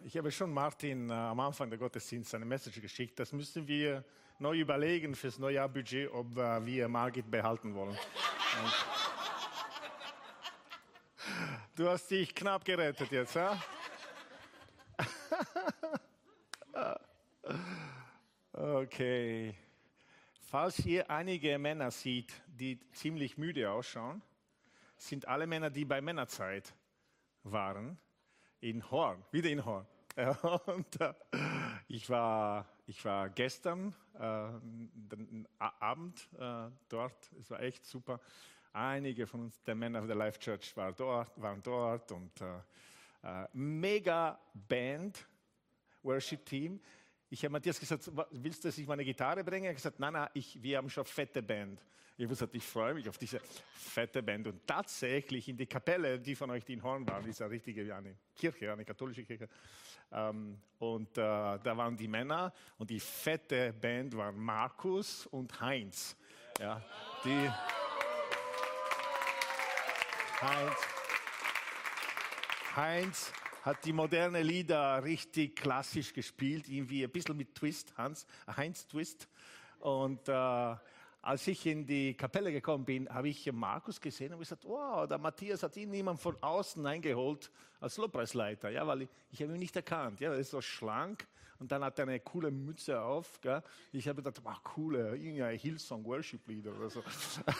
Ich habe schon Martin am Anfang der Gottesdienst eine Message geschickt. Das müssen wir neu überlegen fürs Neujahrbudget, ob wir Margit behalten wollen. Du hast dich knapp gerettet jetzt, ja? Okay. Falls ihr einige Männer seht, die ziemlich müde ausschauen, sind alle Männer, die bei Männerzeit waren, in Horn, wieder in Horn. Und ich war gestern den Abend dort. Es war echt super. Einige von uns, der Männer der Life Church, waren dort und mega Band, Worship Team. Ich habe Matthias gesagt, willst du, dass ich meine Gitarre bringe? Er hat gesagt, nein, wir haben schon fette Band. Ich habe gesagt, ich freue mich auf diese fette Band. Und tatsächlich in die Kapelle, die von euch, die in Horn waren, ist eine richtige eine Kirche, eine katholische Kirche. Da waren die Männer und die fette Band waren Markus und Heinz. Ja, Heinz hat die moderne Lieder richtig klassisch gespielt, irgendwie ein bisschen mit Twist, Heinz Twist. Und als ich in die Kapelle gekommen bin, habe ich Markus gesehen und gesagt, wow, der Matthias hat ihn jemand von außen eingeholt als Lobpreisleiter, ja, weil ich habe ihn nicht erkannt. Ja, er ist so schlank und dann hat er eine coole Mütze auf. Gell? Ich habe gedacht, wow, coole, irgendein Hillsong Worship Lieder oder so.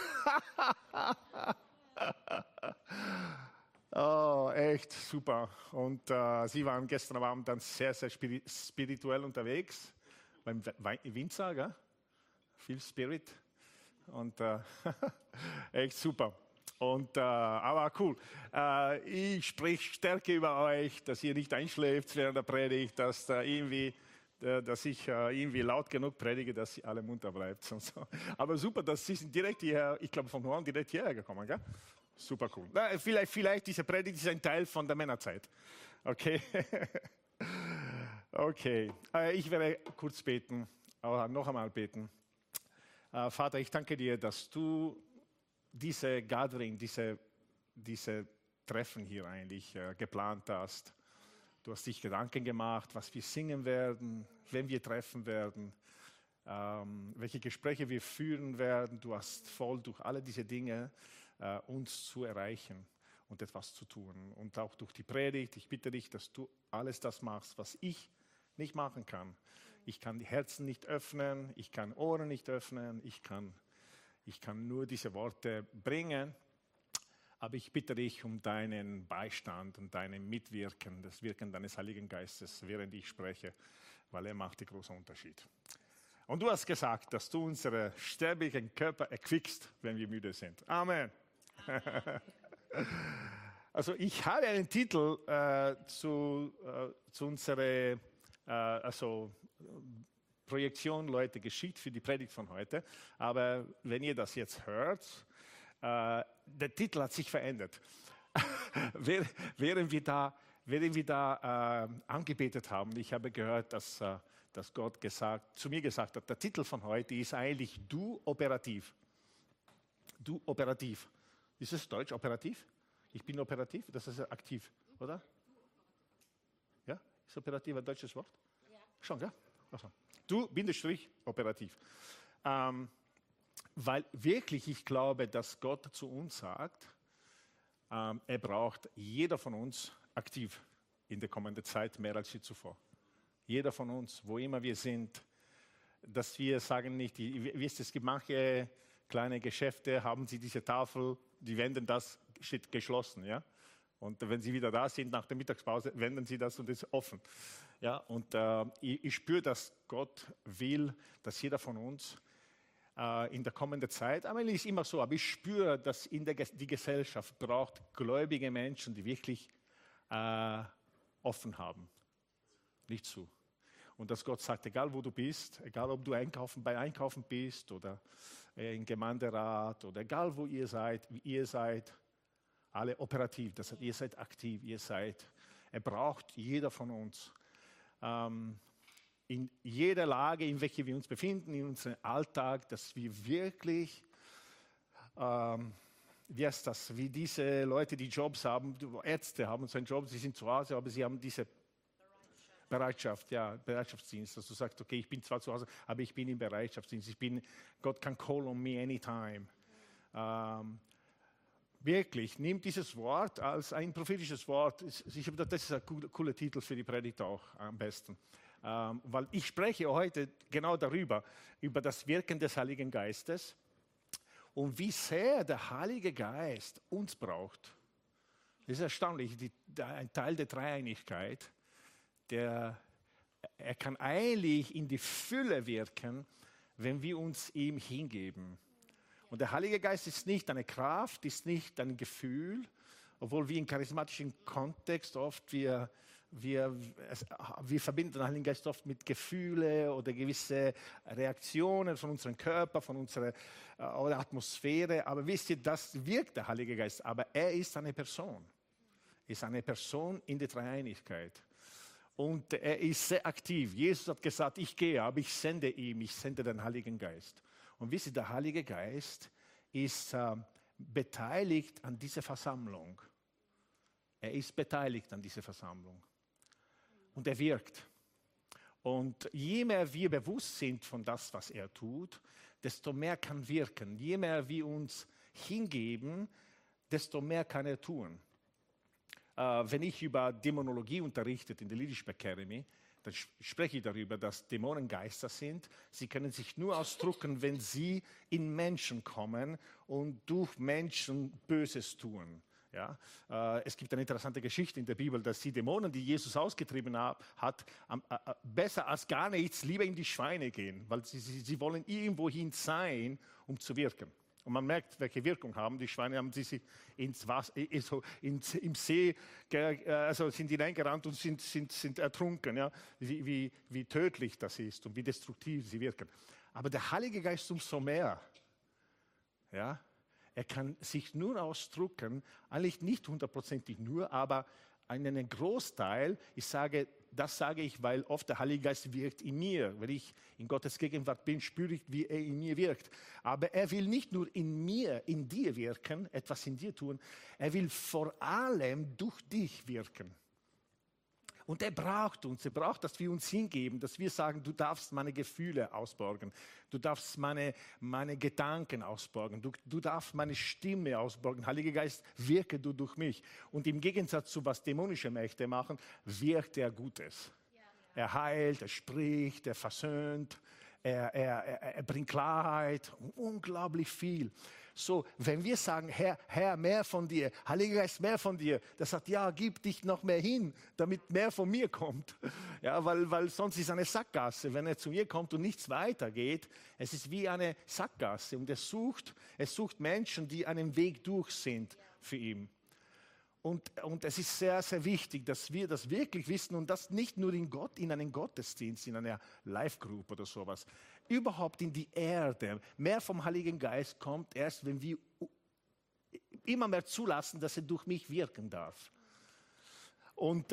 Oh, echt super. Und sie waren gestern Abend dann sehr, sehr spirituell unterwegs beim Winzer, gell? Viel Spirit. Und echt super. Und, aber cool. Ich spreche Stärke über euch, dass ihr nicht einschläft während der Predigt, dass ich irgendwie laut genug predige, dass ihr alle munter bleibt. Und so. Aber super, dass sie sind direkt hierher, ich glaube von Horn direkt hierher gekommen, gell? Super cool. Vielleicht diese Predigt ist ein Teil von der Männerzeit. Okay. Okay. Ich werde kurz beten, aber noch einmal beten. Vater, ich danke dir, dass du diese Gathering, diese Treffen hier eigentlich geplant hast. Du hast dich Gedanken gemacht, was wir singen werden, wen wir treffen werden, welche Gespräche wir führen werden. Du hast voll durch alle diese Dinge uns zu erreichen und etwas zu tun. Und auch durch die Predigt. Ich bitte dich, dass du alles das machst, was ich nicht machen kann. Ich kann die Herzen nicht öffnen, ich kann Ohren nicht öffnen, ich kann nur diese Worte bringen. Aber ich bitte dich um deinen Beistand und dein Mitwirken, das Wirken deines Heiligen Geistes, während ich spreche, weil er macht den großen Unterschied. Und du hast gesagt, dass du unsere sterblichen Körper erquickst, wenn wir müde sind. Amen. Also ich habe einen Titel zu unserer Projektion, Leute, geschickt für die Predigt von heute. Aber wenn ihr das jetzt hört, der Titel hat sich verändert. Während wir da angebetet haben, ich habe gehört, dass Gott zu mir gesagt hat, der Titel von heute ist eigentlich Du operativ. Du operativ. Ist es Deutsch operativ? Ich bin operativ, das ist aktiv, oder? Ja? Ist operativ ein deutsches Wort? Ja. Schon, ja? Also. Du, Bindestrich, operativ. Weil wirklich ich glaube, dass Gott zu uns sagt, er braucht jeder von uns aktiv in der kommenden Zeit mehr als je zuvor. Jeder von uns, wo immer wir sind, dass wir sagen nicht, wisst ihr, es gibt manche kleine Geschäfte, haben sie diese Tafel, die wenden das, steht geschlossen, ja. Und wenn sie wieder da sind nach der Mittagspause, wenden sie das und ist offen. Ja, und ich spüre, dass Gott will, dass jeder von uns in der kommenden Zeit, aber es ist immer so, aber ich spüre, dass die Gesellschaft braucht gläubige Menschen, die wirklich offen haben. Nicht zu. Und dass Gott sagt, egal wo du bist, egal ob du bei Einkaufen bist oder im Gemeinderat oder egal wo ihr seid, wie ihr seid, alle operativ, das heißt, ihr seid aktiv, er braucht jeder von uns in jeder Lage, in welcher wir uns befinden, in unserem Alltag, dass wir wirklich, wie diese Leute, die Jobs haben, Ärzte haben so einen Job, sie sind zu Hause, aber sie haben diese Bereitschaft, ja, Bereitschaftsdienst, dass du sagst, okay, ich bin zwar zu Hause, aber ich bin im Bereitschaftsdienst. God can call on me anytime. Wirklich, nimm dieses Wort als ein prophetisches Wort. Das ist ein cooler Titel für die Predigt auch am besten. Weil ich spreche heute genau darüber, über das Wirken des Heiligen Geistes und wie sehr der Heilige Geist uns braucht. Das ist erstaunlich, ein Teil der Dreieinigkeit, er kann eigentlich in die Fülle wirken, wenn wir uns ihm hingeben. Und der Heilige Geist ist nicht eine Kraft, ist nicht ein Gefühl, obwohl wir im charismatischen Kontext oft, wir verbinden den Heiligen Geist oft mit Gefühlen oder gewisse Reaktionen von unserem Körper, von unserer oder Atmosphäre. Aber wisst ihr, das wirkt der Heilige Geist, aber er ist eine Person. Ist eine Person in der Dreieinigkeit. Und er ist sehr aktiv. Jesus hat gesagt, ich gehe, aber ich sende den Heiligen Geist. Und wisst ihr, der Heilige Geist ist beteiligt an dieser Versammlung. Er ist beteiligt an dieser Versammlung. Und er wirkt. Und je mehr wir bewusst sind von das, was er tut, desto mehr kann wirken. Je mehr wir uns hingeben, desto mehr kann er tun. Wenn ich über Dämonologie unterrichte in der Leadership Academy, dann spreche ich darüber, dass Dämonen Geister sind. Sie können sich nur ausdrücken, wenn sie in Menschen kommen und durch Menschen Böses tun. Ja? Es gibt eine interessante Geschichte in der Bibel, dass die Dämonen, die Jesus ausgetrieben hat, besser als gar nichts lieber in die Schweine gehen, weil sie wollen irgendwohin sein, um zu wirken. Und man merkt, welche Wirkung haben. Die Schweine haben sich ins Wasser, im See, also sind hineingerannt und sind ertrunken. Ja? Wie tödlich das ist und wie destruktiv sie wirken. Aber der Heilige Geist umso mehr. Ja? Er kann sich nur ausdrücken, eigentlich nicht hundertprozentig nur, aber einen Großteil. Das sage ich, weil oft der Heilige Geist wirkt in mir. Wenn ich in Gottes Gegenwart bin, spüre ich, wie er in mir wirkt. Aber er will nicht nur in mir, in dir wirken, etwas in dir tun. Er will vor allem durch dich wirken. Und er braucht uns. Er braucht, dass wir uns hingeben, dass wir sagen, du darfst meine Gefühle ausborgen. Du darfst meine Gedanken ausborgen. Du darfst meine Stimme ausborgen. Heiliger Geist, wirke du durch mich. Und im Gegensatz zu was dämonische Mächte machen, wirkt er Gutes. Er heilt, er spricht, er versöhnt, er bringt Klarheit. Unglaublich viel. So, wenn wir sagen, Herr, mehr von dir, Heiliger Geist, mehr von dir, das sagt, ja, gib dich noch mehr hin, damit mehr von mir kommt. Ja, weil sonst ist es eine Sackgasse. Wenn er zu mir kommt und nichts weitergeht, es ist wie eine Sackgasse. Und er sucht Menschen, die einen Weg durch sind für ihn. Und es ist sehr, sehr wichtig, dass wir das wirklich wissen und das nicht nur in einem Gottesdienst, in einer Live-Group oder sowas, überhaupt in die Erde. Mehr vom Heiligen Geist kommt erst, wenn wir immer mehr zulassen, dass er durch mich wirken darf. Ich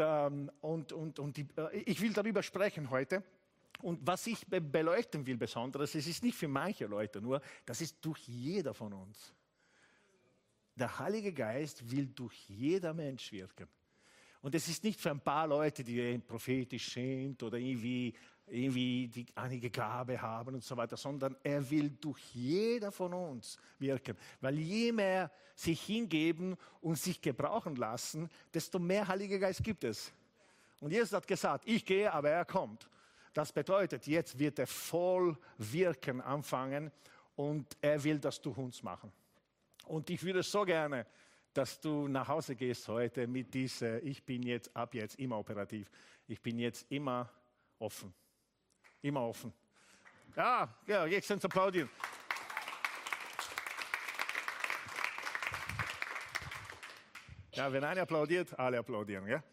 will darüber sprechen heute. Und was ich beleuchten will besonders, es ist nicht für manche Leute nur, das ist durch jeder von uns. Der Heilige Geist will durch jeder Mensch wirken. Und es ist nicht für ein paar Leute, die prophetisch sind oder irgendwie die einige Gabe haben und so weiter, sondern er will durch jeder von uns wirken. Weil je mehr sich hingeben und sich gebrauchen lassen, desto mehr Heiliger Geist gibt es. Und Jesus hat gesagt, ich gehe, aber er kommt. Das bedeutet, jetzt wird er voll wirken anfangen und er will das durch uns machen. Und ich würde so gerne, dass du nach Hause gehst heute mit dieser, ich bin jetzt ab jetzt immer operativ. Ich bin jetzt immer offen. Immer offen. Ja, jetzt sind applaudieren. Ja, wenn einer applaudiert, alle applaudieren, ja?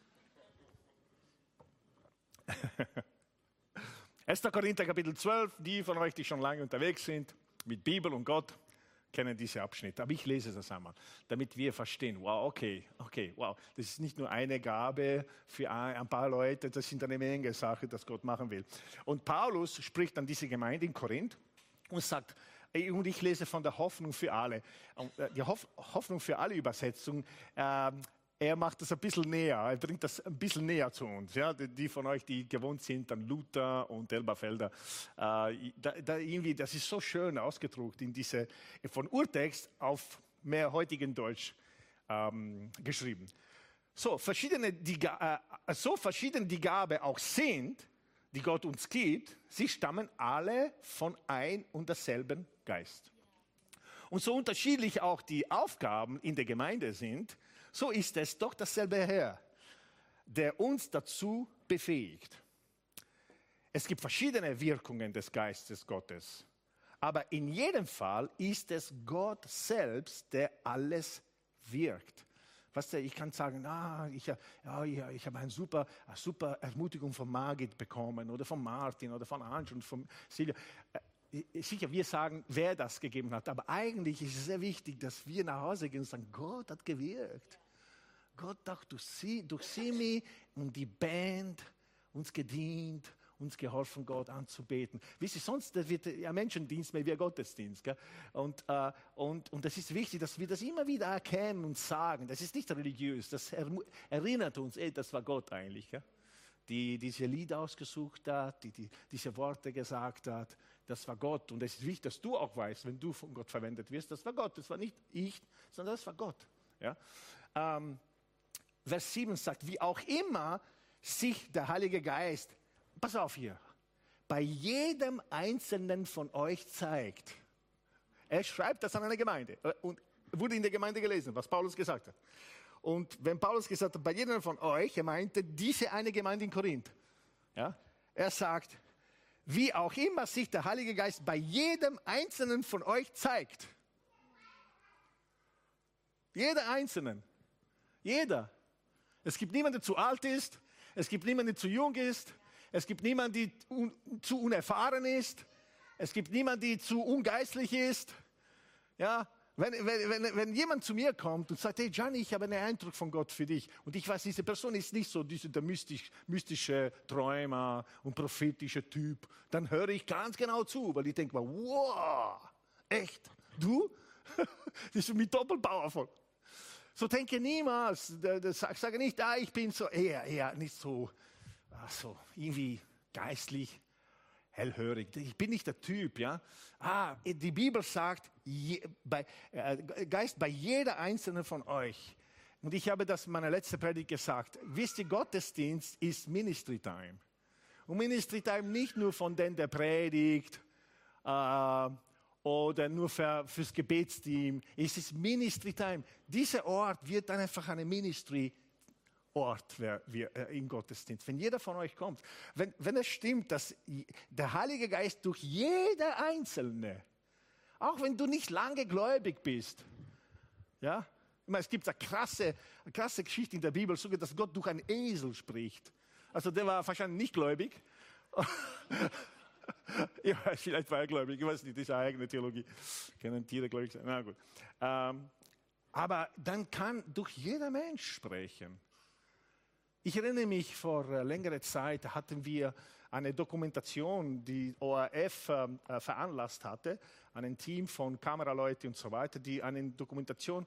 1. Korinther Kapitel 12, die von euch, die schon lange unterwegs sind, mit Bibel und Gott, kennen diese Abschnitte. Aber ich lese das einmal, damit wir verstehen, wow, okay, wow. Das ist nicht nur eine Gabe für ein paar Leute, das sind eine Menge Sachen, die Gott machen will. Und Paulus spricht an diese Gemeinde in Korinth und sagt, und ich lese von der Hoffnung für alle. Die Hoffnung für alle Übersetzung, er er macht das ein bisschen näher, er bringt das ein bisschen näher zu uns. Ja? Die von euch, die gewohnt sind an Luther und Elberfelder, irgendwie, das ist so schön ausgedruckt in diese, von Urtext auf mehr heutigen Deutsch geschrieben. So verschieden die Gabe auch sind, die Gott uns gibt, sie stammen alle von ein und derselben Geist. Und so unterschiedlich auch die Aufgaben in der Gemeinde sind, so ist es doch dasselbe Herr, der uns dazu befähigt. Es gibt verschiedene Wirkungen des Geistes Gottes, aber in jedem Fall ist es Gott selbst, der alles wirkt. Weißt du, ich kann sagen, ich habe eine super Ermutigung von Margit bekommen oder von Martin oder von Ange und von Silvia. Sicher, wir sagen, wer das gegeben hat, aber eigentlich ist es sehr wichtig, dass wir nach Hause gehen und sagen, Gott hat gewirkt. Gott hat durch Simi und die Band uns gedient, uns geholfen, Gott anzubeten. Wisst ihr, sonst wird ja Menschendienst mehr wie ein Gottesdienst. Gell? Und das ist wichtig, dass wir das immer wieder erkennen und sagen. Das ist nicht religiös, das erinnert uns, das war Gott eigentlich. Gell? Die diese Lieder ausgesucht hat, die diese Worte gesagt hat, das war Gott. Und es ist wichtig, dass du auch weißt, wenn du von Gott verwendet wirst, das war Gott. Das war nicht ich, sondern das war Gott. Ja? Vers 7 sagt, wie auch immer sich der Heilige Geist, pass auf hier, bei jedem Einzelnen von euch zeigt. Er schreibt das an eine Gemeinde und wurde in der Gemeinde gelesen, was Paulus gesagt hat. Und wenn Paulus gesagt hat, bei jedem von euch, er meinte diese eine Gemeinde in Korinth. Ja? Er sagt, wie auch immer sich der Heilige Geist bei jedem Einzelnen von euch zeigt. Jeder Einzelnen. Jeder. Es gibt niemanden, der zu alt ist. Es gibt niemanden, der zu jung ist. Es gibt niemanden, der zu unerfahren ist. Es gibt niemanden, der zu ungeistlich ist. Ja, wenn jemand zu mir kommt und sagt, hey Gianni, ich habe einen Eindruck von Gott für dich. Und ich weiß, diese Person ist nicht so der mystische Träumer und prophetische Typ. Dann höre ich ganz genau zu, weil ich denke mal, wow, echt? Du? Das ist für mich doppelt powerful. So denke niemals. Sage nicht, ich bin so eher nicht so irgendwie geistlich hellhörig. Ich bin nicht der Typ, ja. Die Bibel sagt, Geist bei jeder einzelnen von euch. Und ich habe das in meiner letzten Predigt gesagt. Wisst ihr, Gottesdienst ist Ministry Time. Und Ministry Time nicht nur von denen, der predigt, oder nur fürs Gebetsteam. Es ist Ministry Time. Dieser Ort wird dann einfach eine Ministry Ort im Gottesdienst. Wenn jeder von euch kommt, wenn es stimmt, dass der Heilige Geist durch jeder Einzelne, auch wenn du nicht lange gläubig bist, ja, ich meine, es gibt eine krasse Geschichte in der Bibel, sogar, dass Gott durch einen Esel spricht. Also der war wahrscheinlich nicht gläubig. Ja, vielleicht war er gläubig, ich weiß nicht, das ist eine eigene Theologie. Können Tiere gläubig sein? Na gut. Aber dann kann durch jeder Mensch sprechen. Ich erinnere mich, vor längerer Zeit hatten wir eine Dokumentation, die ORF veranlasst hatte, ein Team von Kameraleuten und so weiter, die eine Dokumentation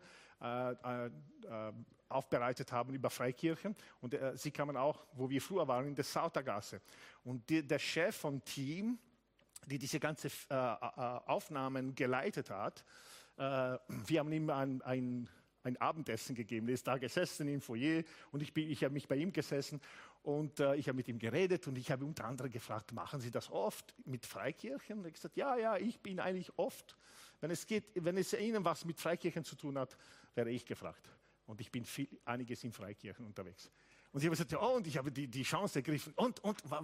aufbereitet haben über Freikirchen. Und sie kamen auch, wo wir früher waren, in der Sautergasse. Und der Chef vom Team, die diese ganze Aufnahmen geleitet hat, wir haben ihm ein Abendessen gegeben. Er ist da gesessen im Foyer und ich habe mich bei ihm gesessen und ich habe mit ihm geredet und ich habe unter anderem gefragt, machen Sie das oft mit Freikirchen? Und er hat gesagt, ja, ich bin eigentlich oft. Wenn es Ihnen was mit Freikirchen zu tun hat, wäre ich gefragt. Und ich bin einiges in Freikirchen unterwegs. Und ich habe gesagt, und ich habe die Chance ergriffen. Und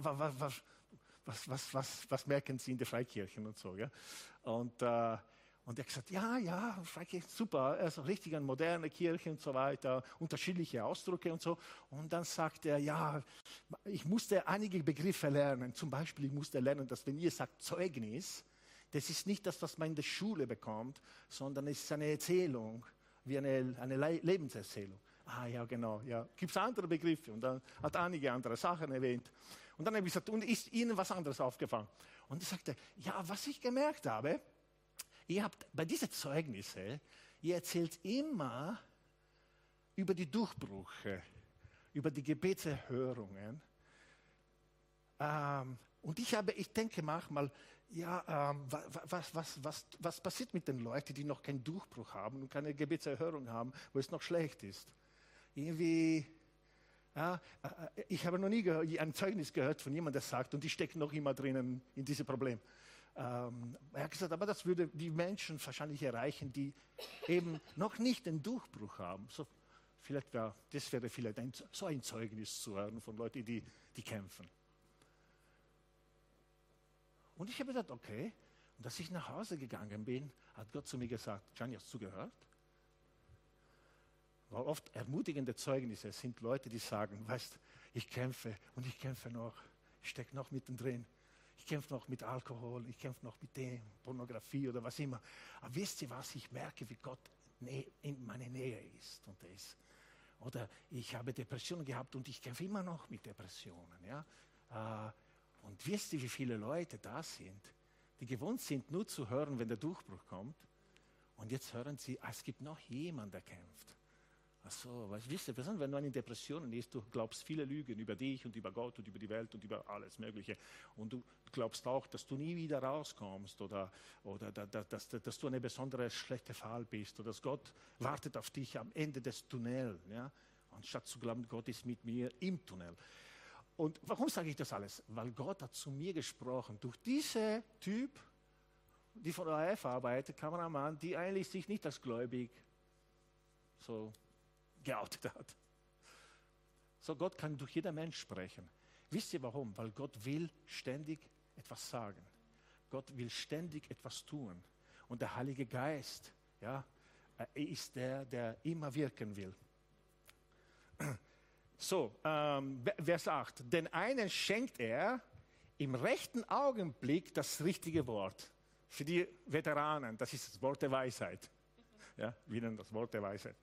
was merken Sie in den Freikirchen und so? Ja? Und er hat gesagt, ja, Freikirchen, super, also richtig eine moderne Kirche und so weiter, unterschiedliche Ausdrücke und so. Und dann sagt er, ja, ich musste einige Begriffe lernen. Zum Beispiel, ich musste lernen, dass wenn ihr sagt Zeugnis, das ist nicht das, was man in der Schule bekommt, sondern es ist eine Erzählung, wie eine Lebenserzählung. Ja, genau, ja. Gibt es andere Begriffe? Und dann hat einige andere Sachen erwähnt. Und dann habe ich gesagt, und ist Ihnen was anderes aufgefallen? Und er sagte, ja, was ich gemerkt habe, ihr habt bei diesen Zeugnissen, ihr erzählt immer über die Durchbrüche, über die Gebetserhörungen. Und ich denke manchmal, ja, was passiert mit den Leuten, die noch keinen Durchbruch haben und keine Gebetserhörung haben, wo es noch schlecht ist? Irgendwie, ja, ich habe noch nie ein Zeugnis gehört von jemandem, der sagt, und ich stecke noch immer drinnen in diesem Problem. Er hat gesagt, aber das würde die Menschen wahrscheinlich erreichen, die eben noch nicht den Durchbruch haben. So, das wäre vielleicht so ein Zeugnis zu hören von Leuten, die kämpfen. Und ich habe gedacht, okay. Und als ich nach Hause gegangen bin, hat Gott zu mir gesagt, Gianni, hast du gehört? Weil oft ermutigende Zeugnisse sind Leute, die sagen, weißt, ich kämpfe und ich kämpfe noch, ich stecke noch mittendrin. Ich kämpfe noch mit Alkohol, ich kämpfe noch mit dem, Pornografie oder was immer. Aber wisst ihr was, ich merke, wie Gott in meiner Nähe ist und ist. Oder ich habe Depressionen gehabt und ich kämpfe immer noch mit Depressionen. Ja? Und wisst ihr, wie viele Leute da sind, die gewohnt sind, nur zu hören, wenn der Durchbruch kommt. Und jetzt hören sie, es gibt noch jemanden, der kämpft. Ach so, wisst ihr, wenn du in Depressionen bist, du glaubst viele Lügen über dich und über Gott und über die Welt und über alles Mögliche. Und du glaubst auch, dass du nie wieder rauskommst oder dass du eine besondere schlechte Fall bist oder dass Gott wartet auf dich am Ende des Tunnels. Ja? Anstatt zu glauben, Gott ist mit mir im Tunnel. Und warum sage ich das alles? Weil Gott hat zu mir gesprochen. Durch diese Typ, die von ORF arbeitet, Kameramann, die eigentlich sich nicht als gläubig so geoutet hat. So, Gott kann durch jeden Mensch sprechen. Wisst ihr warum? Weil Gott will ständig etwas sagen. Gott will ständig etwas tun. Und der Heilige Geist, ja, ist der immer wirken will. So, Vers 8. Den einen schenkt er im rechten Augenblick das richtige Wort. Für die Veteranen, das ist das Wort der Weisheit. Ja, wieder das Wort der Weisheit.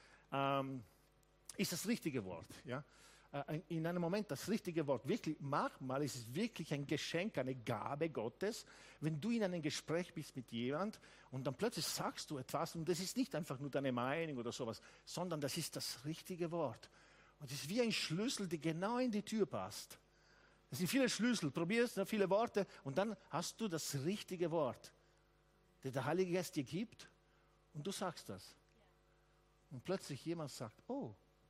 Ist das richtige Wort. Ja? In einem Moment das richtige Wort. Wirklich, manchmal ist es wirklich ein Geschenk, eine Gabe Gottes, wenn du in einem Gespräch bist mit jemand und dann plötzlich sagst du etwas und das ist nicht einfach nur deine Meinung oder sowas, sondern das ist das richtige Wort. Und es ist wie ein Schlüssel, der genau in die Tür passt. Es sind viele Schlüssel, probierst viele Worte und dann hast du das richtige Wort, das der Heilige Geist dir gibt und du sagst das. Und plötzlich jemand sagt, oh,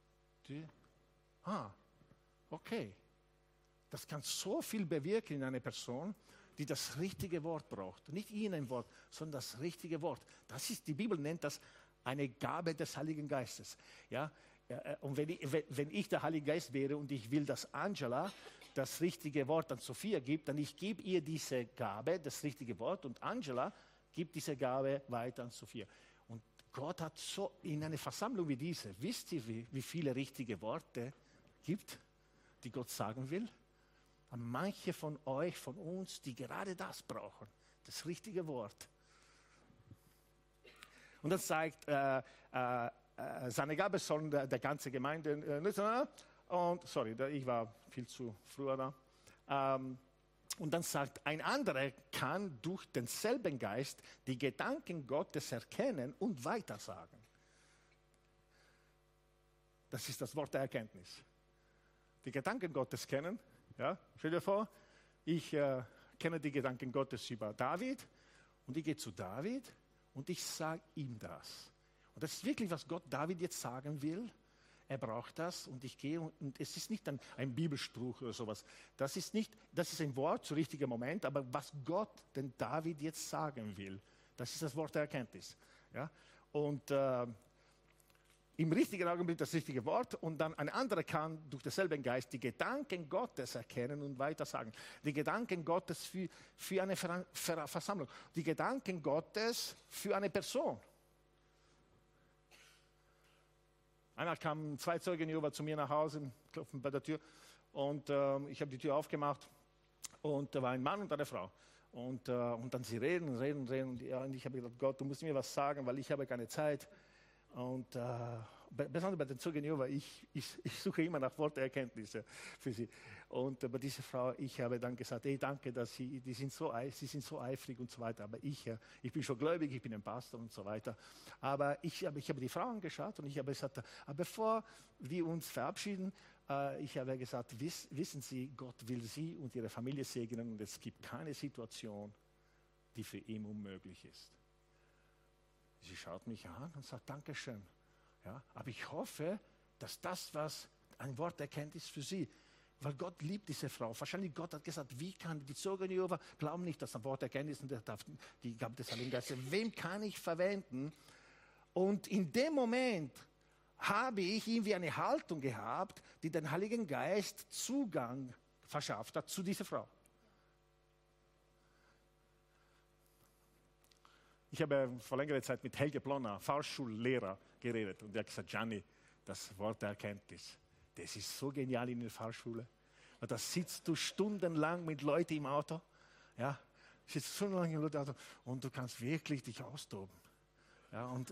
okay. Das kann so viel bewirken in einer Person, die das richtige Wort braucht. Nicht ein Wort, sondern das richtige Wort. Die Bibel nennt das eine Gabe des Heiligen Geistes. Ja? Und wenn ich der Heilige Geist wäre und ich will, dass Angela das richtige Wort an Sophia gibt, dann ich gebe ihr diese Gabe, das richtige Wort, und Angela gibt diese Gabe weiter an Sophia. Und Gott hat so in einer Versammlung wie diese, wisst ihr, wie viele richtige Worte gibt, die Gott sagen will? Und manche von euch, von uns, die gerade das brauchen, das richtige Wort. Und das zeigt, seine Gabe sollen der ganze Gemeinde nutzen. Und, sorry, ich war viel zu früh da. Und dann sagt, ein anderer kann durch denselben Geist die Gedanken Gottes erkennen und weitersagen. Das ist das Wort der Erkenntnis. Die Gedanken Gottes kennen. Ja? Stell dir vor, ich kenne die Gedanken Gottes über David und ich gehe zu David und ich sage ihm das. Und das ist wirklich, was Gott David jetzt sagen will. Er braucht das und ich gehe und es ist nicht ein Bibelspruch oder sowas. Das ist ein Wort zu richtigen Moment, aber was Gott den David jetzt sagen will, das ist das Wort der Erkenntnis. Ja? Und im richtigen Augenblick das richtige Wort und dann ein anderer kann durch denselben Geist die Gedanken Gottes erkennen und weitersagen. Die Gedanken Gottes für eine Versammlung. Die Gedanken Gottes für eine Person. Einmal kamen 2 Zeugen Jehova zu mir nach Hause, klopfen bei der Tür und ich habe die Tür aufgemacht und da war ein Mann und eine Frau. Und dann sie reden und ich habe gedacht, Gott, du musst mir was sagen, weil ich habe keine Zeit. Und besonders bei den Zeugen Jehova, ich suche immer nach Worterkenntnisse für sie. Und bei dieser Frau, ich habe dann gesagt, hey, danke, dass sie sind so eifrig und so weiter. Aber ich bin schon gläubig, ich bin ein Pastor und so weiter. Aber ich habe die Frau angeschaut und ich habe gesagt, bevor wir uns verabschieden, ich habe gesagt, wissen Sie, Gott will Sie und Ihre Familie segnen und es gibt keine Situation, die für ihn unmöglich ist. Sie schaut mich an und sagt, Dankeschön. Ja, aber ich hoffe, dass das, was ein Wort erkennt, ist für Sie. Weil Gott liebt diese Frau. Wahrscheinlich Gott hat gesagt, wie kann die Zeugen Jehova glauben nicht, dass ein Wort erkennt ist und der darf die Gabe des Heiligen Geistes. Wem kann ich verwenden? Und in dem Moment habe ich irgendwie eine Haltung gehabt, die den Heiligen Geist Zugang verschafft hat zu dieser Frau. Ich habe vor längerer Zeit mit Helge Blonner, Fahrschullehrer, geredet und er hat gesagt, Gianni, das Wort der Erkenntnis, das ist so genial in der Fahrschule. Und da sitzt du stundenlang mit Leuten im Auto, ja, sitzt stundenlang im Auto und du kannst wirklich dich austoben. Ja, und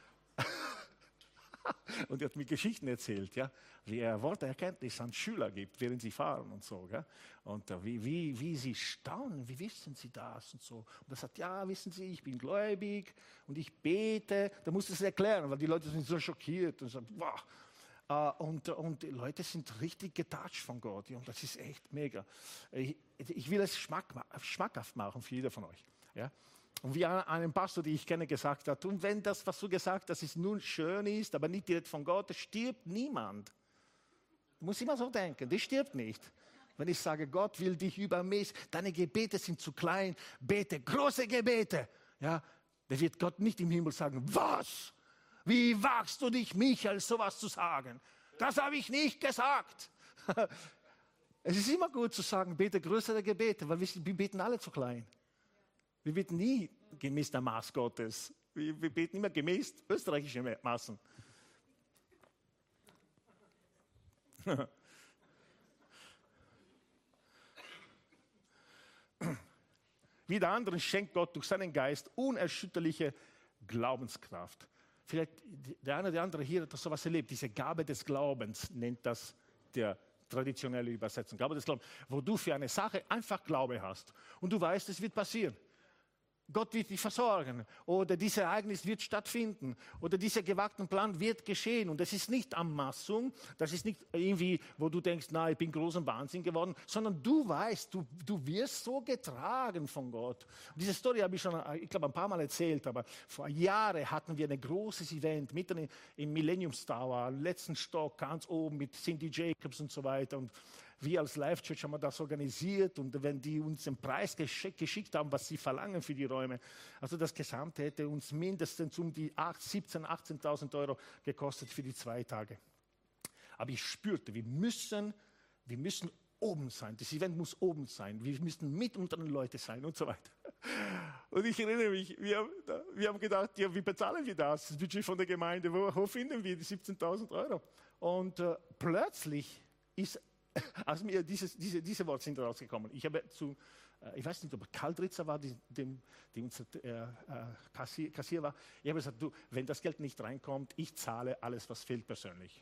er hat mir Geschichten erzählt, ja, wie er Worterkenntnis an Schüler gibt, während sie fahren und so. Ja, und wie sie staunen, wie wissen sie das und so. Und er sagt, ja, wissen Sie, ich bin gläubig und ich bete. Da musst du es erklären, weil die Leute sind so schockiert und sagen, wow. Und die Leute sind richtig getoucht von Gott. Ja, und das ist echt mega. Ich will es schmackhaft machen für jeder von euch. Ja. Und wie einem Pastor, den ich kenne, gesagt hat, und wenn das, was du gesagt hast, nun schön ist, aber nicht direkt von Gott, stirbt niemand. Du musst immer so denken, das stirbt nicht. Wenn ich sage, Gott will dich übermäßig, deine Gebete sind zu klein, bete große Gebete. Ja, da wird Gott nicht im Himmel sagen, was? Wie wagst du dich, Michael, sowas zu sagen? Das habe ich nicht gesagt. Es ist immer gut zu sagen, bete größere Gebete, weil wir beten alle zu klein. Wir beten nie gemäß der Maß Gottes. Wir beten immer gemäß österreichischen Maßen. Wie der anderen schenkt Gott durch seinen Geist unerschütterliche Glaubenskraft. Vielleicht der eine oder andere hier hat sowas erlebt. Diese Gabe des Glaubens nennt das der traditionelle Übersetzung. Gabe des Glaubens, wo du für eine Sache einfach Glaube hast und du weißt, es wird passieren. Gott wird dich versorgen oder dieses Ereignis wird stattfinden oder dieser gewagte Plan wird geschehen. Und das ist nicht Anmaßung, das ist nicht irgendwie, wo du denkst, na, ich bin groß und Wahnsinn geworden, sondern du weißt, du wirst so getragen von Gott. Und diese Story habe ich schon, ich glaube, ein paar Mal erzählt, aber vor Jahren hatten wir ein großes Event mitten im Millenniums Tower, letzten Stock, ganz oben mit Cindy Jacobs und so weiter. Und wir als Life Church haben das organisiert und wenn die uns den Preis geschickt haben, was sie verlangen für die Räume, also das Gesamte hätte uns mindestens um die 17.000, 18.000 Euro gekostet für die 2 Tage. Aber ich spürte, wir müssen oben sein, das Event muss oben sein, wir müssen mit unter den Leuten sein und so weiter. Und ich erinnere mich, wir haben gedacht, ja, wie bezahlen wir das Budget von der Gemeinde, wo finden wir die 17.000 Euro? Und plötzlich ist aus mir diese Worte sind rausgekommen. Ich habe ich weiß nicht, ob Karl Dritzer war, die unser Kassier war. Ich habe gesagt, du, wenn das Geld nicht reinkommt, ich zahle alles, was fehlt, persönlich.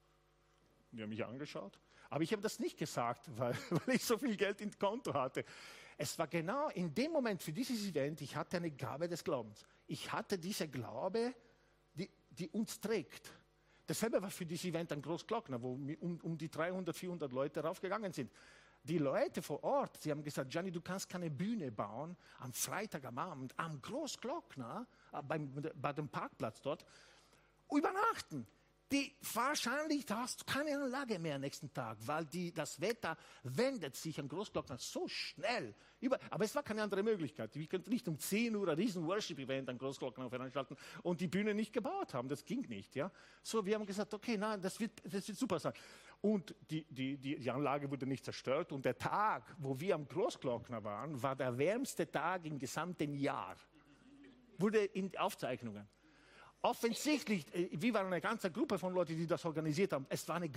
Die haben mich angeschaut. Aber ich habe das nicht gesagt, weil ich so viel Geld im Konto hatte. Es war genau in dem Moment für dieses Event, ich hatte eine Gabe des Glaubens. Ich hatte diese Glaube, die uns trägt. Dasselbe war für dieses Event ein Großglockner, wo um die 300, 400 Leute raufgegangen sind. Die Leute vor Ort, sie haben gesagt, Gianni, du kannst keine Bühne bauen am Freitag am Abend, am Großglockner, bei dem Parkplatz dort, übernachten. Wahrscheinlich hast du keine Anlage mehr am nächsten Tag, weil das Wetter wendet sich am Großglockner so schnell. Aber es war keine andere Möglichkeit. Wir könnten nicht um 10 Uhr ein riesen Worship-Event am Großglockner veranstalten und die Bühne nicht gebaut haben. Das ging nicht. Ja? So, wir haben gesagt, okay, nein, das wird super sein. Und die Anlage wurde nicht zerstört. Und der Tag, wo wir am Großglockner waren, war der wärmste Tag im gesamten Jahr. Wurde in Aufzeichnungen. Offensichtlich, wir waren eine ganze Gruppe von Leuten, die das organisiert haben. Es war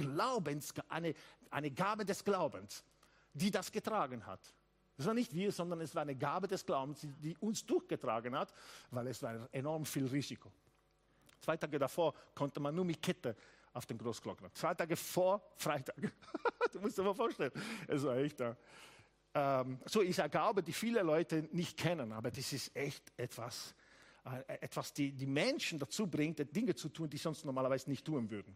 eine Gabe des Glaubens, die das getragen hat. Das war nicht wir, sondern es war eine Gabe des Glaubens, die uns durchgetragen hat, weil es war enorm viel Risiko. 2 Tage davor konnte man nur mit Kette auf den Großglockner. 2 Tage vor Freitag. Du musst dir mal vorstellen. Es war echt da. So ist eine Gabe, die viele Leute nicht kennen, aber das ist echt etwas die Menschen dazu bringt, Dinge zu tun, die sie sonst normalerweise nicht tun würden.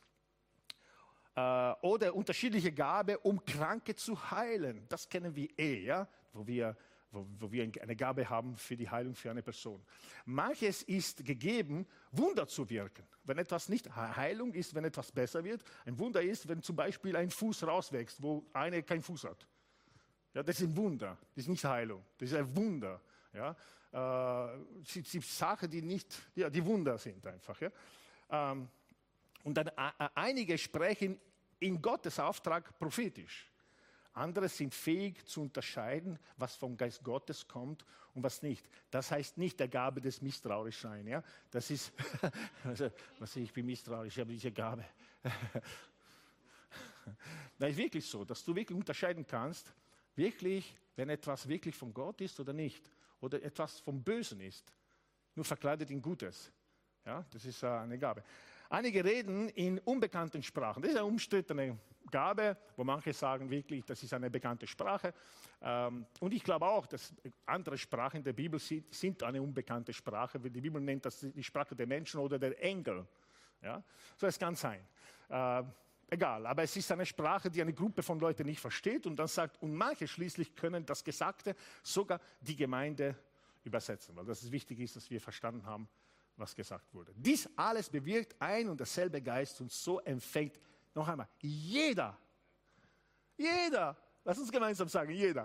Oder unterschiedliche Gabe, um Kranke zu heilen. Das kennen wir ja, wo wir eine Gabe haben für die Heilung für eine Person. Manches ist gegeben, Wunder zu wirken. Wenn etwas nicht Heilung ist, wenn etwas besser wird. Ein Wunder ist, wenn zum Beispiel ein Fuß rauswächst, wo einer keinen Fuß hat. Ja, das ist ein Wunder, das ist nicht Heilung, das ist ein Wunder. Ja. Es sind Sachen, die Wunder sind einfach. Ja. Und dann einige sprechen in Gottes Auftrag prophetisch. Andere sind fähig zu unterscheiden, was vom Geist Gottes kommt und was nicht. Das heißt nicht der Gabe des Misstrauischseins. Ja? Das ist, ich bin misstrauisch, ich habe diese Gabe. Das ist wirklich so, dass du wirklich unterscheiden kannst, wirklich, wenn etwas wirklich von Gott ist oder nicht. Oder etwas vom Bösen ist. Nur verkleidet in Gutes. Ja? Das ist eine Gabe. Einige reden in unbekannten Sprachen. Das ist eine umstrittene Gabe, wo manche sagen wirklich, das ist eine bekannte Sprache. Und ich glaube auch, dass andere Sprachen in der Bibel sind eine unbekannte Sprache, weil die Bibel nennt das die Sprache der Menschen oder der Engel. Ja? So, es kann sein. Egal, aber es ist eine Sprache, die eine Gruppe von Leuten nicht versteht und dann sagt, und manche schließlich können das Gesagte sogar die Gemeinde übersetzen, weil das wichtig ist, dass wir verstanden haben, was gesagt wurde. Dies alles bewirkt ein und derselbe Geist und so empfängt, noch einmal, jeder, lass uns gemeinsam sagen, jeder,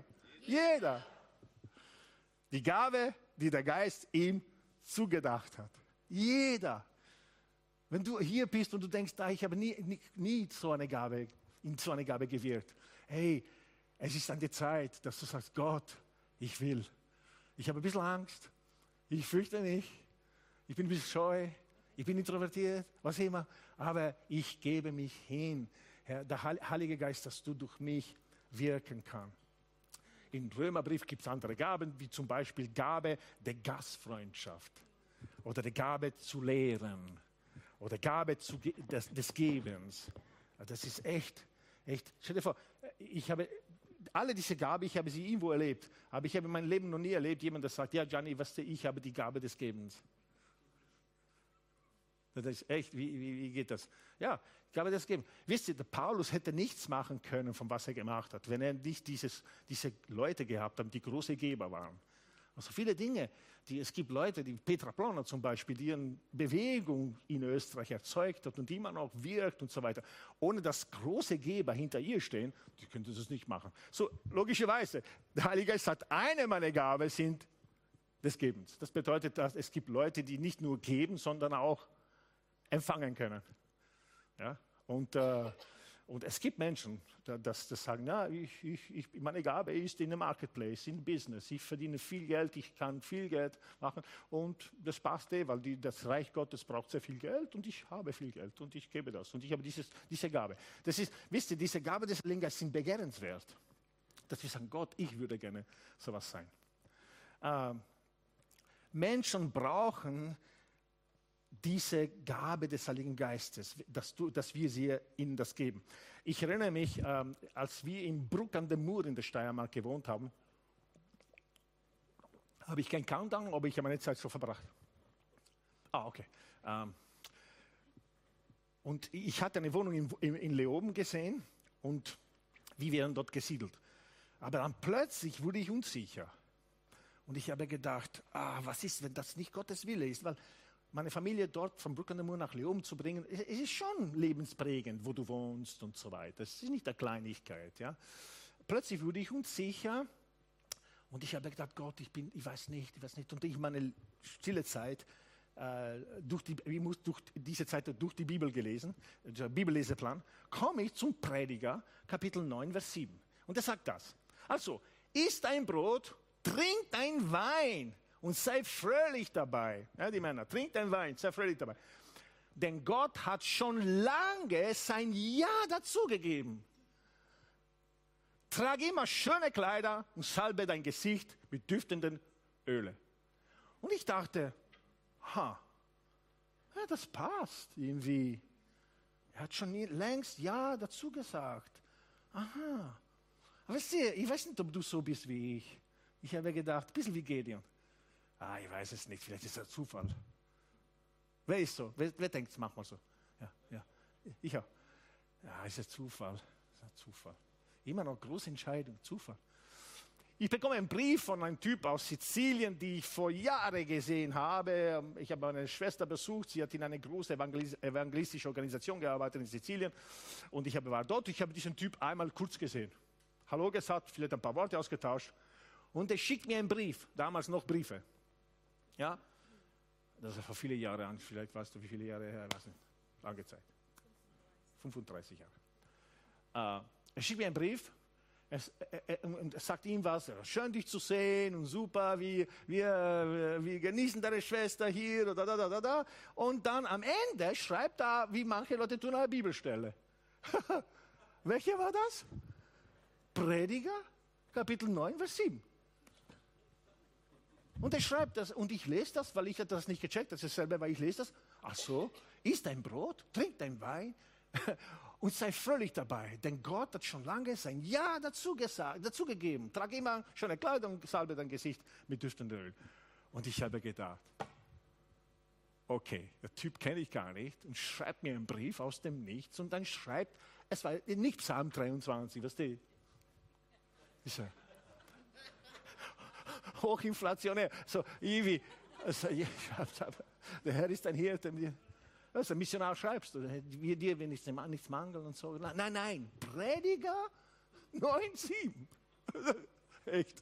die Gabe, die der Geist ihm zugedacht hat. Jeder. Wenn du hier bist und du denkst, ich habe nie in so eine Gabe gewirkt. Hey, es ist an der Zeit, dass du sagst, Gott, ich will. Ich habe ein bisschen Angst. Ich fürchte mich. Ich bin ein bisschen scheu. Ich bin introvertiert, was immer. Aber ich gebe mich hin. Herr, der Heilige Geist, dass du durch mich wirken kannst. Im Römerbrief gibt es andere Gaben, wie zum Beispiel Gabe der Gastfreundschaft. Oder die Gabe zu lehren. Oder Gabe des Gebens. Das ist echt. Stell dir vor, ich habe alle diese Gabe, ich habe sie irgendwo erlebt. Aber ich habe in meinem Leben noch nie erlebt, jemand, der sagt, ja Gianni, weißt du, ich habe die Gabe des Gebens. Das ist echt, wie geht das? Ja, ich glaube, das geben. Wisst ihr, der Paulus hätte nichts machen können, von was er gemacht hat, wenn er nicht diese Leute gehabt hat, die große Geber waren. Also viele Dinge, es gibt Leute, die Petra Ploner zum Beispiel, die eine Bewegung in Österreich erzeugt hat und die immer noch wirkt und so weiter. Ohne dass große Geber hinter ihr stehen, die könnte das nicht machen. So, logischerweise, der Heilige Geist hat eine meiner Gaben, sind des Gebens. Das bedeutet, dass es gibt Leute, die nicht nur geben, sondern auch empfangen können. Ja? Und es gibt Menschen, die sagen, ja, meine Gabe ist in der Marketplace, in Business. Ich verdiene viel Geld, ich kann viel Geld machen und das passt weil das Reich Gottes braucht sehr viel Geld und ich habe viel Geld und ich gebe das und ich habe diese Gabe. Das ist, wisst ihr, diese Gabe des Geistes sind begehrenswert. Dass wir sagen, Gott, ich würde gerne sowas sein. Menschen brauchen diese Gabe des Heiligen Geistes, dass wir ihnen das geben. Ich erinnere mich, als wir in Bruck an der Mur in der Steiermark gewohnt haben, habe ich keinen Countdown, aber ich habe meine Zeit so verbracht. Okay. Und ich hatte eine Wohnung in Leoben gesehen und wir wären dort gesiedelt. Aber dann plötzlich wurde ich unsicher. Und ich habe gedacht, was ist, wenn das nicht Gottes Wille ist? Weil meine Familie dort von Bruck an der Mur nach Leoben zu bringen, es ist schon lebensprägend, wo du wohnst und so weiter. Es ist nicht eine Kleinigkeit. Ja? Plötzlich wurde ich unsicher und ich habe gedacht, Gott, ich weiß nicht. Und ich meine stille Zeit, ich muss durch diese Zeit durch die Bibel gelesen, der Bibelleseplan, komme ich zum Prediger, Kapitel 9, Vers 7. Und er sagt das. Also, isst ein Brot, trinkt ein Wein. Und sei fröhlich dabei. Ja, die Männer, trinkt ein Wein, sei fröhlich dabei. Denn Gott hat schon lange sein Ja dazugegeben. Trag immer schöne Kleider und salbe dein Gesicht mit düftenden Öle. Und ich dachte, ja, das passt irgendwie. Er hat schon längst Ja dazu gesagt. Aha. Aber wisst ihr, ich weiß nicht, ob du so bist wie ich. Ich habe gedacht, ein bisschen wie Gideon. Ich weiß es nicht, vielleicht ist das Zufall. Wer ist so? Wer denkt es manchmal so? Ja. Ich auch. Ja, ist es Zufall. Ist ein Zufall. Immer noch große Entscheidung, Zufall. Ich bekomme einen Brief von einem Typ aus Sizilien, die ich vor Jahren gesehen habe. Ich habe meine Schwester besucht, sie hat in einer großen evangelistischen Organisation gearbeitet in Sizilien. Und ich war dort, ich habe diesen Typ einmal kurz gesehen. Hallo gesagt, vielleicht ein paar Worte ausgetauscht. Und er schickt mir einen Brief, damals noch Briefe. Ja, das ist vor vielen Jahren, vielleicht weißt du, wie viele Jahre her, ich weiß nicht, lange Zeit. 35 Jahre. Er schickt mir einen Brief. Und er sagt ihm was, schön dich zu sehen und super, wir genießen deine Schwester hier, da. Und dann am Ende schreibt er, wie manche Leute tun, eine Bibelstelle. Welche war das? Prediger, Kapitel 9, Vers 7. Und er schreibt das, und ich lese das, weil ich das nicht gecheckt habe, das ist dasselbe, weil ich lese das. Ach so, isst dein Brot, trink dein Wein und sei fröhlich dabei, denn Gott hat schon lange sein Ja dazu gegeben. Trag immer schöne Kleidung, salbe dein Gesicht mit duftendem Öl. Und ich habe gedacht, okay, der Typ kenne ich gar nicht und schreibt mir einen Brief aus dem Nichts und dann schreibt, es war nicht Psalm 23, was die ist er. Hochinflationär. So, Ivi, also, der Herr ist ein Hirte. Also, Missionar schreibst du, dir will nichts mangeln und so. Nein, Prediger 9,7. Echt.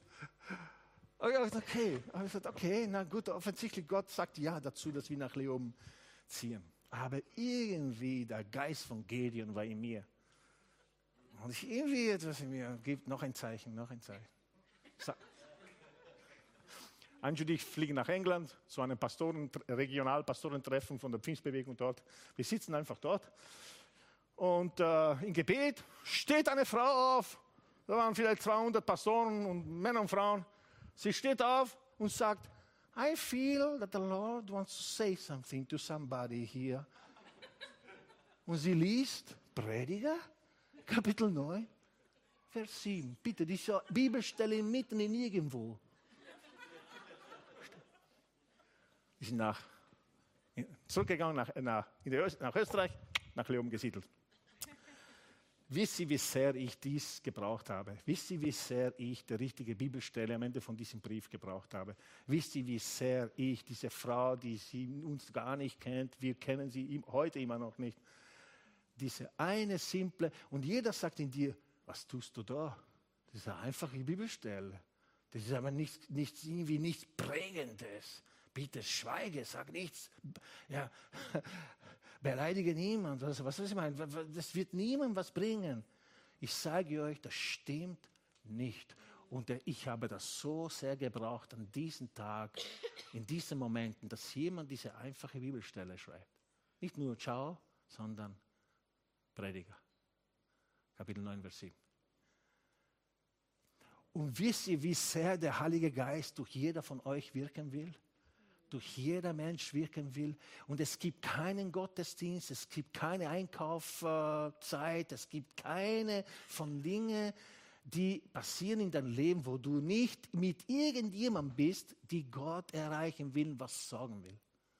Okay, na gut, offensichtlich Gott sagt ja dazu, dass wir nach Leoben ziehen. Aber irgendwie der Geist von Gideon war in mir. Und irgendwie etwas in mir gibt noch ein Zeichen. So. Angie und ich fliegen nach England zu einem Regionalpastorentreffen von der Pfingstbewegung dort. Wir sitzen einfach dort und im Gebet steht eine Frau auf. Da waren vielleicht 200 Pastoren und Männer und Frauen. Sie steht auf und sagt, I feel that the Lord wants to say something to somebody here. Und sie liest Prediger, Kapitel 9, Vers 7. Bitte, diese Bibelstelle mitten in irgendwo. Wir sind zurückgegangen nach Österreich, nach Leoben gesiedelt. Wisst ihr, wie sehr ich dies gebraucht habe? Wisst ihr, wie sehr ich die richtige Bibelstelle am Ende von diesem Brief gebraucht habe? Wisst ihr, wie sehr ich diese Frau, die sie uns gar nicht kennt, wir kennen sie heute immer noch nicht, diese eine simple, und jeder sagt in dir, was tust du da? Das ist eine einfache Bibelstelle. Das ist aber nichts Prägendes. Bitte schweige, sag nichts. Ja, beleidige niemand. Was soll ich meinen? Das wird niemandem was bringen. Ich sage euch, das stimmt nicht. Und ich habe das so sehr gebraucht an diesem Tag, in diesen Momenten, dass jemand diese einfache Bibelstelle schreibt. Nicht nur Ciao, sondern Prediger. Kapitel 9, Vers 7. Und wisst ihr, wie sehr der Heilige Geist durch jeder von euch wirken will? Durch jeder Mensch wirken will. Und es gibt keinen Gottesdienst, es gibt keine Einkaufszeit, es gibt keine von Dingen, die passieren in deinem Leben, wo du nicht mit irgendjemandem bist, die Gott erreichen will, was sagen will.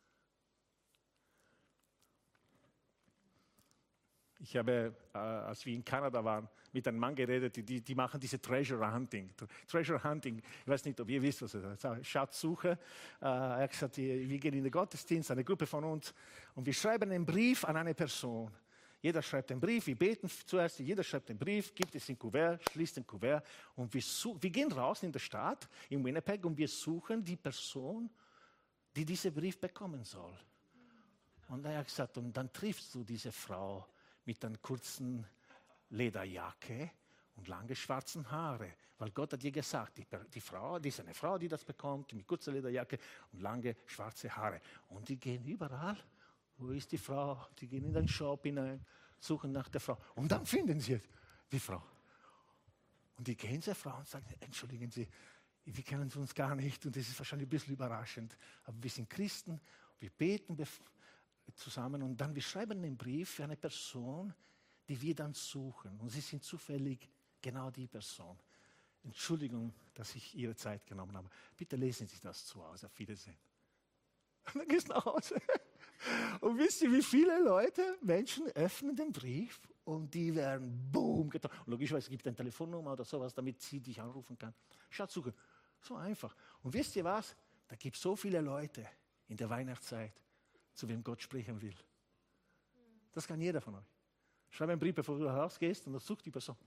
Ich habe, als wir in Kanada waren, mit einem Mann geredet, die machen diese Treasure Hunting. Treasure Hunting, ich weiß nicht, ob ihr wisst, was das ist. Schatzsuche. Er hat gesagt, wir gehen in den Gottesdienst, eine Gruppe von uns, und wir schreiben einen Brief an eine Person. Jeder schreibt einen Brief, wir beten zuerst, jeder schreibt einen Brief, gibt es in Kuvert, schließt den Kuvert, und wir gehen raus in der Stadt, in Winnipeg, und wir suchen die Person, die diesen Brief bekommen soll. Und er hat gesagt, und dann triffst du diese Frau mit einer kurzen Lederjacke und lange schwarzen Haare. Weil Gott hat dir gesagt, die Frau, die ist eine Frau, die das bekommt, mit kurzer Lederjacke und lange schwarze Haare. Und die gehen überall. Wo ist die Frau? Die gehen in den Shop hinein, suchen nach der Frau. Und dann finden sie die Frau. Und die gehen zur Frau und sagen, entschuldigen Sie, wir kennen uns gar nicht und das ist wahrscheinlich ein bisschen überraschend. Aber wir sind Christen, wir beten zusammen und dann wir schreiben einen Brief für eine Person, die wir dann suchen. Und sie sind zufällig genau die Person. Entschuldigung, dass ich Ihre Zeit genommen habe. Bitte lesen Sie das zu Hause. Auf Wiedersehen. Und dann gehst du nach Hause. Und wisst ihr, wie viele Leute, Menschen öffnen den Brief und die werden boom getroffen. Und logischerweise gibt es eine Telefonnummer oder sowas, damit sie dich anrufen kann. Schatzsuche. So einfach. Und wisst ihr was? Da gibt es so viele Leute in der Weihnachtszeit, zu wem Gott sprechen will. Das kann jeder von euch. Schreib einen Brief, bevor du rausgehst und dann such die Person.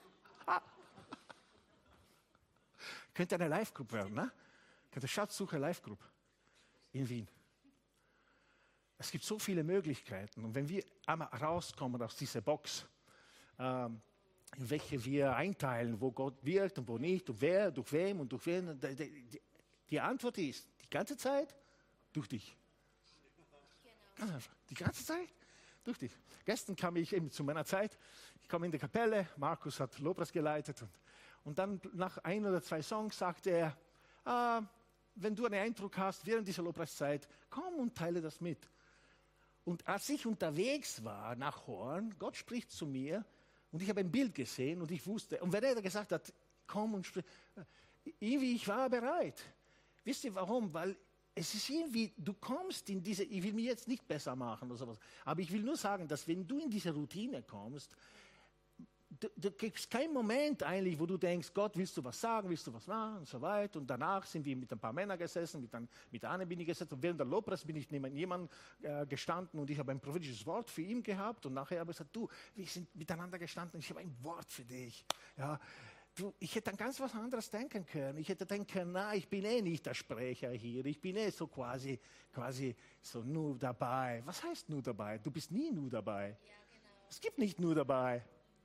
Könnte eine Live-Group werden, ne? Könnte Schatzsuche Live-Group in Wien. Es gibt so viele Möglichkeiten. Und wenn wir einmal rauskommen aus dieser Box, in welche wir einteilen, wo Gott wirkt und wo nicht, und wer, durch wem und durch wen, die Antwort ist, die ganze Zeit durch dich. Ganz einfach. Die ganze Zeit durch dich. Gestern kam ich eben zu meiner Zeit, ich komme in die Kapelle, Markus hat Lobpreis geleitet und dann nach 1 oder 2 Songs sagte er, wenn du einen Eindruck hast während dieser Lobpreiszeit, komm und teile das mit. Und als ich unterwegs war nach Horn, Gott spricht zu mir und ich habe ein Bild gesehen und ich wusste, und wenn er gesagt hat, komm und sprich, irgendwie, ich war bereit. Wisst ihr warum? Weil es ist irgendwie, du kommst in diese, ich will mich jetzt nicht besser machen oder sowas, aber ich will nur sagen, dass wenn du in diese Routine kommst, du gibst keinen Moment eigentlich, wo du denkst, Gott, willst du was sagen, willst du was machen und so weiter. Und danach sind wir mit ein paar Männern gesessen, mit Anne bin ich gesessen und während der Lobpreis bin ich neben jemandem gestanden und ich habe ein prophetisches Wort für ihn gehabt und nachher habe ich gesagt, du, wir sind miteinander gestanden und ich habe ein Wort für dich. Ja, du, ich hätte an ganz was anderes denken können. Ich hätte denken können, na, ich bin eh nicht der Sprecher hier, ich bin eh so quasi so nur dabei. Was heißt nur dabei? Du bist nie nur dabei. Ja, genau. Es gibt nicht nur dabei.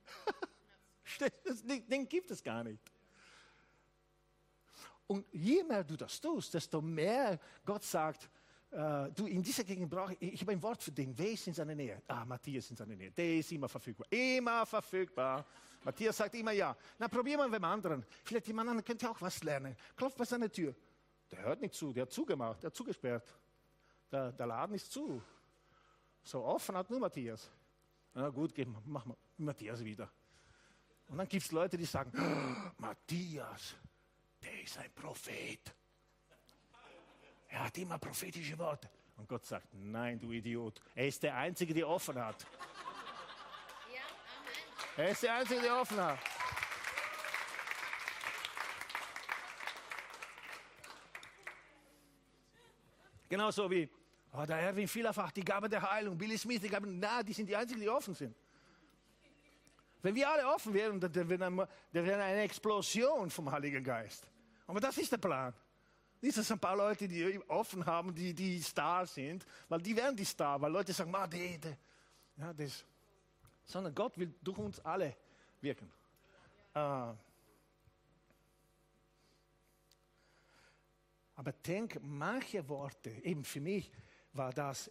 Den gibt es gar nicht. Und je mehr du das tust, desto mehr Gott sagt, du, in dieser Gegend brauche ich habe ein Wort für den. Wer ist in seiner Nähe? Matthias ist in seiner Nähe. Der ist immer verfügbar. Immer verfügbar. Matthias sagt immer ja. Na, probier mal beim anderen. Vielleicht jemand anderen könnte auch was lernen. Klopft bei seiner Tür. Der hört nicht zu, der hat zugemacht, der hat zugesperrt. Der Laden ist zu. So offen hat nur Matthias. Na gut, mach mal Matthias wieder. Und dann gibt es Leute, die sagen, Matthias, der ist ein Prophet. Er hat immer prophetische Worte. Und Gott sagt, nein, du Idiot. Er ist der Einzige, der offen hat. Ja, amen. Er ist der Einzige, der offen hat. Genauso wie der Erwin Vielerfach, die Gabe der Heilung, Billy Smith, die Gabe, die sind die Einzigen, die offen sind. Wenn wir alle offen wären, dann wäre eine Explosion vom Heiligen Geist. Aber das ist der Plan. Nicht, dass ein paar Leute, die offen haben, die Star sind, weil die werden die Star, weil Leute sagen, ja, das. Sondern Gott will durch uns alle wirken. Aber denk, manche Worte, eben für mich war das,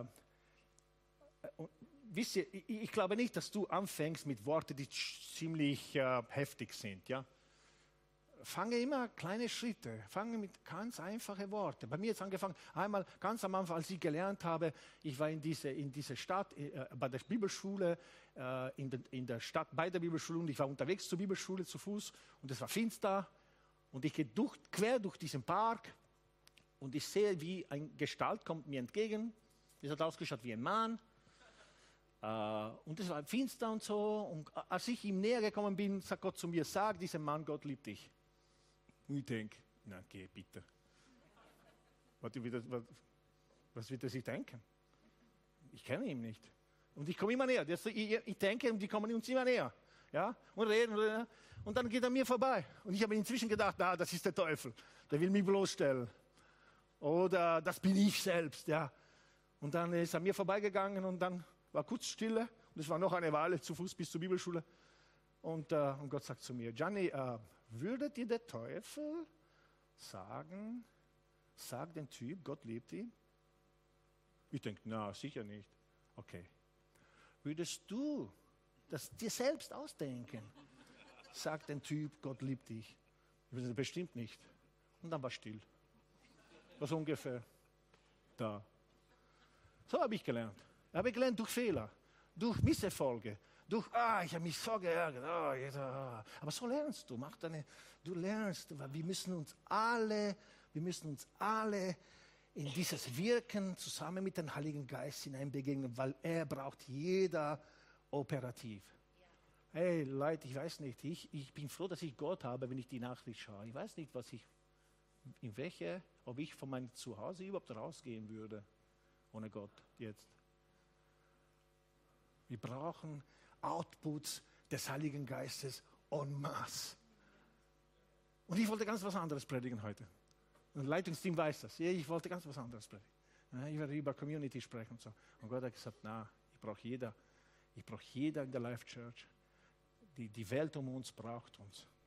wisst ihr, ich glaube nicht, dass du anfängst mit Worten, die ziemlich heftig sind. Ja? Fange immer kleine Schritte, fange mit ganz einfachen Worten. Bei mir hat es angefangen, einmal ganz am Anfang, als ich gelernt habe, ich war in dieser Stadt, bei der Bibelschule, in der Stadt bei der Bibelschule und ich war unterwegs zur Bibelschule zu Fuß und es war finster und ich gehe quer durch diesen Park und ich sehe, wie eine Gestalt kommt mir entgegen. Es hat ausgeschaut wie ein Mann. Und es war finster und so. Und als ich ihm näher gekommen bin, sagt Gott zu mir, sag diesem Mann, Gott liebt dich. Und ich denke, na geh bitte. Was wird er sich denken? Ich kenne ihn nicht. Und ich komme immer näher. Ich denke, die kommen uns immer näher. Ja? Und reden. Und dann geht er mir vorbei. Und ich habe inzwischen gedacht, das ist der Teufel. Der will mich bloßstellen. Oder das bin ich selbst. Ja? Und dann ist er mir vorbeigegangen und dann war kurz Stille und es war noch eine Weile zu Fuß bis zur Bibelschule. Und Gott sagt zu mir, Gianni, würde dir der Teufel sagen, sag den Typ, Gott liebt ihn? Ich denke, na, sicher nicht. Okay. Würdest du das dir selbst ausdenken? Sag den Typ, Gott liebt dich. Ich würde bestimmt nicht. Und dann war still. Was ungefähr da. So habe ich gelernt. Habe ich gelernt durch Fehler, durch Misserfolge, durch, ich habe mich so geärgert. Aber so lernst du. Du lernst, wir müssen uns alle in dieses Wirken zusammen mit dem Heiligen Geist hineinbegegnen, weil er braucht jeder operativ. Hey Leute, ich weiß nicht, ich bin froh, dass ich Gott habe, wenn ich die Nachricht schaue. Ich weiß nicht, ob ich von meinem Zuhause überhaupt rausgehen würde, ohne Gott jetzt. Wir brauchen Outputs des Heiligen Geistes en masse. Und ich wollte ganz was anderes predigen heute. Und das Leitungsteam weiß das. Ich wollte ganz was anderes predigen. Ich werde über Community sprechen und so. Und Gott hat gesagt, ich brauche jeder in der Life Church. Die Welt um uns braucht uns.